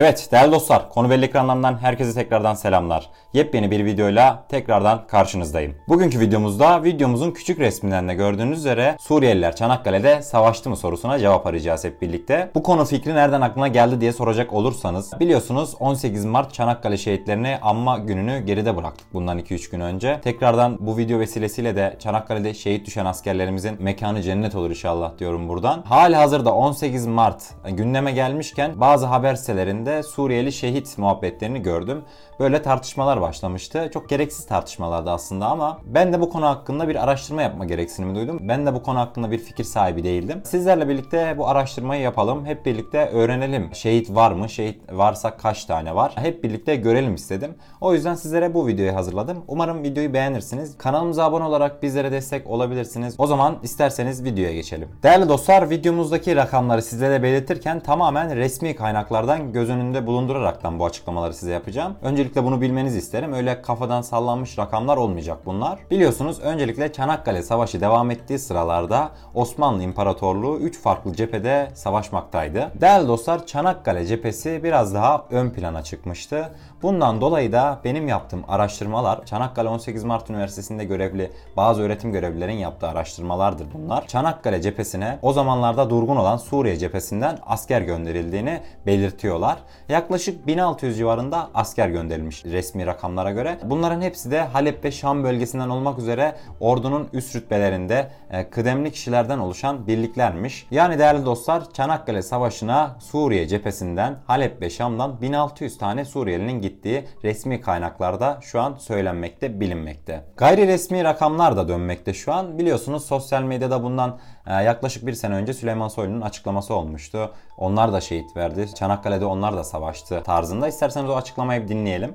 Evet değerli dostlar, Konu Belli ekranlarından herkese tekrardan selamlar. Yepyeni bir videoyla tekrardan karşınızdayım. Bugünkü videomuzda videomuzun küçük resminden de gördüğünüz üzere Suriyeliler Çanakkale'de savaştı mı sorusuna cevap arayacağız hep birlikte. Bu konu fikri nereden aklına geldi diye soracak olursanız, biliyorsunuz 18 Mart Çanakkale şehitlerini anma gününü geride bıraktık bundan 2-3 gün önce. Tekrardan bu video vesilesiyle de Çanakkale'de şehit düşen askerlerimizin mekanı cennet olur inşallah diyorum buradan. Halihazırda 18 Mart gündeme gelmişken bazı haber sitelerinde Suriyeli şehit muhabbetlerini gördüm. Böyle tartışmalar başlamıştı. Çok gereksiz tartışmalardı aslında ama ben de bu konu hakkında bir araştırma yapma gereksinimi duydum. Ben de bu konu hakkında bir fikir sahibi değildim. Sizlerle birlikte bu araştırmayı yapalım. Hep birlikte öğrenelim. Şehit var mı? Şehit varsa kaç tane var? Hep birlikte görelim istedim. O yüzden sizlere bu videoyu hazırladım. Umarım videoyu beğenirsiniz. Kanalımıza abone olarak bizlere destek olabilirsiniz. O zaman isterseniz videoya geçelim. Değerli dostlar, videomuzdaki rakamları sizlere belirtirken tamamen resmi kaynaklardan göz önünde bulunduraraktan bu açıklamaları size yapacağım. Öncelikle bunu bilmenizi isterim. Öyle kafadan sallanmış rakamlar olmayacak bunlar. Biliyorsunuz öncelikle Çanakkale Savaşı devam ettiği sıralarda Osmanlı İmparatorluğu 3 farklı cephede savaşmaktaydı. Değerli dostlar, Çanakkale cephesi biraz daha ön plana çıkmıştı. Bundan dolayı da benim yaptığım araştırmalar, Çanakkale 18 Mart Üniversitesi'nde görevli bazı öğretim görevlilerin yaptığı araştırmalardır bunlar. Çanakkale cephesine o zamanlarda durgun olan Suriye cephesinden asker gönderildiğini belirtiyorlar. Yaklaşık 1600 civarında asker gönderilmiş resmi rakamlara göre. Bunların hepsi de Halep ve Şam bölgesinden olmak üzere ordunun üst rütbelerinde kıdemli kişilerden oluşan birliklermiş. Yani değerli dostlar, Çanakkale Savaşı'na Suriye cephesinden, Halep ve Şam'dan 1600 tane Suriyelinin gittiği resmi kaynaklarda şu an söylenmekte, bilinmekte. Gayri resmi rakamlar da dönmekte şu an. Biliyorsunuz sosyal medyada bundan yaklaşık bir sene önce Süleyman Soylu'nun açıklaması olmuştu. Onlar da şehit verdi. Çanakkale'de onlar da savaştı tarzında. İsterseniz o açıklamayı bir dinleyelim.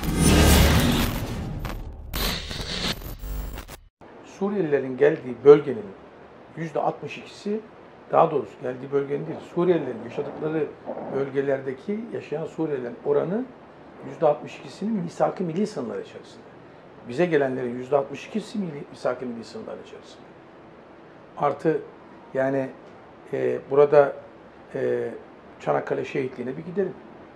Suriyelilerin geldiği bölgenin %62'si, daha doğrusu geldiği bölgenin değil, Suriyelilerin yaşadıkları bölgelerdeki yaşayan Suriyelilerin oranı %62'sinin misak-ı milli sınırlar içerisinde. Bize gelenlerin %62'si misak-ı milli sınırlar içerisinde. Artı yani burada Çanakkale şehitliğine bir gidelim.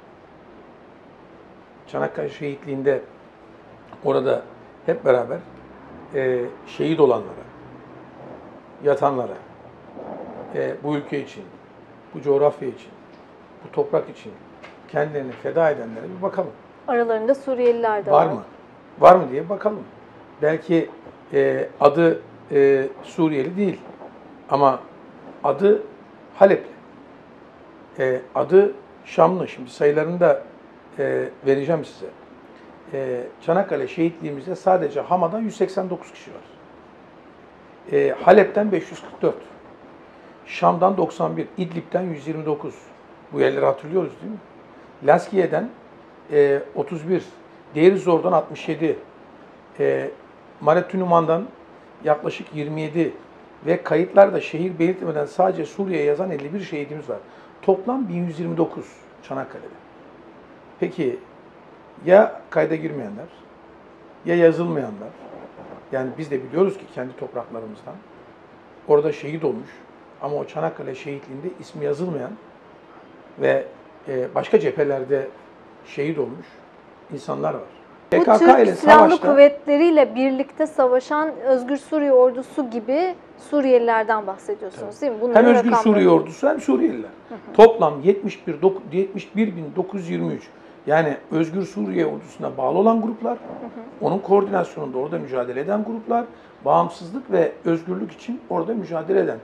Çanakkale şehitliğinde orada hep beraber şehit olanlara, yatanlara, bu ülke için, bu coğrafya için, bu toprak için kendilerini feda edenlere bir bakalım. Aralarında Suriyeliler de var. Var mı? Var mı diye bakalım. Belki adı Suriyeli değil ama adı Halepli. Adı Şamlı. Şimdi sayılarını da vereceğim size. Çanakkale şehitliğimizde sadece Hama'dan 189 kişi var. Halep'ten 544. Şam'dan 91. İdlib'den 129. Bu yerleri hatırlıyoruz değil mi? Laskiye'den 31. Deir Zor'dan 67. Maretunuman'dan yaklaşık 27 ve kayıtlarda şehir belirtmeden sadece Suriye'ye yazan 51 şehidimiz var. Toplam 1129 Çanakkale'de. Peki ya kayda girmeyenler, ya yazılmayanlar, yani biz de biliyoruz ki kendi topraklarımızdan orada şehit olmuş ama o Çanakkale şehitliğinde ismi yazılmayan ve başka cephelerde şehit olmuş insanlar var. Bu PKK Türk ile Silahlı savaşta, Kuvvetleriyle birlikte savaşan Özgür Suriye Ordusu gibi Suriyelilerden bahsediyorsunuz değil mi? hem Bunların Özgür rakamları. Suriye Ordusu hem Suriyeliler. Toplam 71.923, yani Özgür Suriye Ordusu'na bağlı olan gruplar, onun koordinasyonunda orada mücadele eden gruplar, bağımsızlık ve özgürlük için orada mücadele eden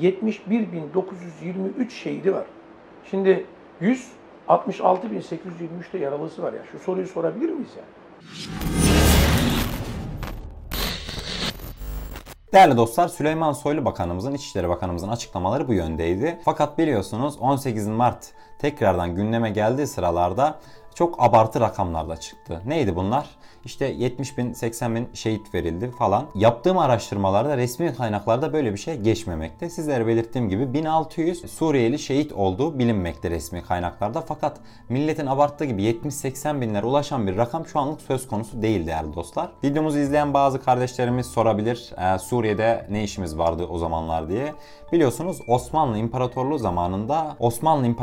71.923 şehidi var. Şimdi 166.823 de yaralısı var ya. Şu soruyu sorabilir miyiz yani? Değerli dostlar, Süleyman Soylu Bakanımızın, İçişleri Bakanımızın açıklamaları bu yöndeydi. Fakat biliyorsunuz 18 Mart tekrardan gündeme geldiği sıralarda çok abartı rakamlar da çıktı. Neydi bunlar? İşte 70 bin, 80 bin şehit verildi falan. Yaptığım araştırmalarda resmi kaynaklarda böyle bir şey geçmemekte. Sizlere belirttiğim gibi 1600 Suriyeli şehit olduğu bilinmekte resmi kaynaklarda. Fakat milletin abarttığı gibi 70-80 binlere ulaşan bir rakam şu anlık söz konusu değil değerli dostlar. Videomuzu izleyen bazı kardeşlerimiz sorabilir, Suriye'de ne işimiz vardı o zamanlar diye. Biliyorsunuz Osmanlı İmparatorluğu zamanında Osmanlı İmparatorluğu'nun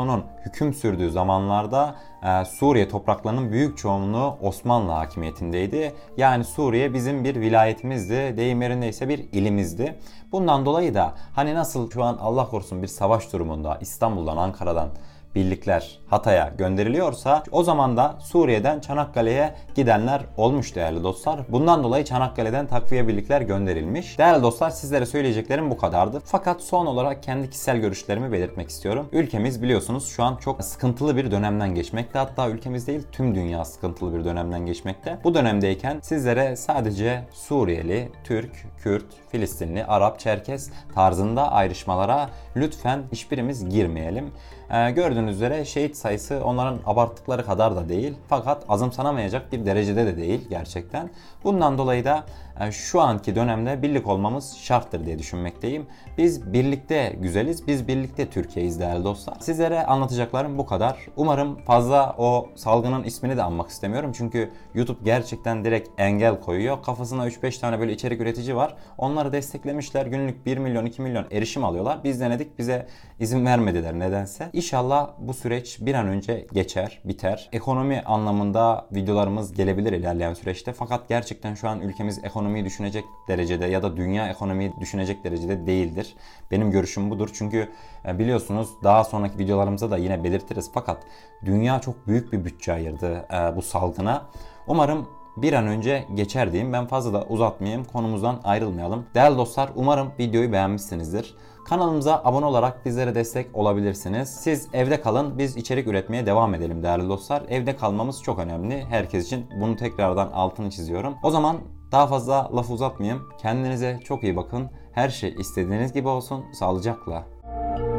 İmparatorluğu'nun hüküm sürdüğü zamanlarda Suriye topraklarının büyük çoğunluğu Osmanlı hakimiyetindeydi. Yani Suriye bizim bir vilayetimizdi, deyim yerindeyse bir ilimizdi. Bundan dolayı da hani nasıl şu an Allah korusun bir savaş durumunda İstanbul'dan, Ankara'dan birlikler Hatay'a gönderiliyorsa o zaman da Suriye'den Çanakkale'ye gidenler olmuş değerli dostlar. Bundan dolayı Çanakkale'den takviye birlikler gönderilmiş. Değerli dostlar, sizlere söyleyeceklerim bu kadardı. Fakat son olarak kendi kişisel görüşlerimi belirtmek istiyorum. Ülkemiz biliyorsunuz şu an çok sıkıntılı bir dönemden geçmekte. Hatta ülkemiz değil tüm dünya sıkıntılı bir dönemden geçmekte. Bu dönemdeyken sizlere sadece Suriyeli, Türk, Kürt, Filistinli, Arap, Çerkes tarzında ayrışmalara lütfen hiçbirimiz girmeyelim. Gördüğünüz üzere şehit sayısı onların abarttıkları kadar da değil. Fakat azımsanamayacak bir derecede de değil gerçekten. Bundan dolayı da şu anki dönemde birlik olmamız şarttır diye düşünmekteyim. Biz birlikte güzeliz, biz birlikte Türkiye'yiz değerli dostlar. Sizlere anlatacaklarım bu kadar. Umarım fazla o salgının ismini de anmak istemiyorum. Çünkü YouTube gerçekten direkt engel koyuyor. Kafasına 3-5 tane böyle içerik üretici var. Onları desteklemişler. Günlük 1 milyon, 2 milyon erişim alıyorlar. Biz denedik, bize izin vermediler nedense. İnşallah bu süreç bir an önce geçer, biter. Ekonomi anlamında videolarımız gelebilir ilerleyen süreçte. Fakat gerçekten şu an ülkemiz ekonomiyi düşünecek derecede ya da dünya ekonomiyi düşünecek derecede değildir. Benim görüşüm budur. Çünkü biliyorsunuz daha sonraki videolarımızda da yine belirtiriz. Fakat dünya çok büyük bir bütçe ayırdı bu salgına. Umarım bir an önce geçer diyeyim. Ben fazla da uzatmayayım. Konumuzdan ayrılmayalım. Değerli dostlar, umarım videoyu beğenmişsinizdir. Kanalımıza abone olarak bizlere destek olabilirsiniz. Siz evde kalın, biz içerik üretmeye devam edelim değerli dostlar. Evde kalmamız çok önemli herkes için. Bunu tekrardan altını çiziyorum. O zaman daha fazla laf uzatmayayım. Kendinize çok iyi bakın. Her şey istediğiniz gibi olsun. Sağlıcakla.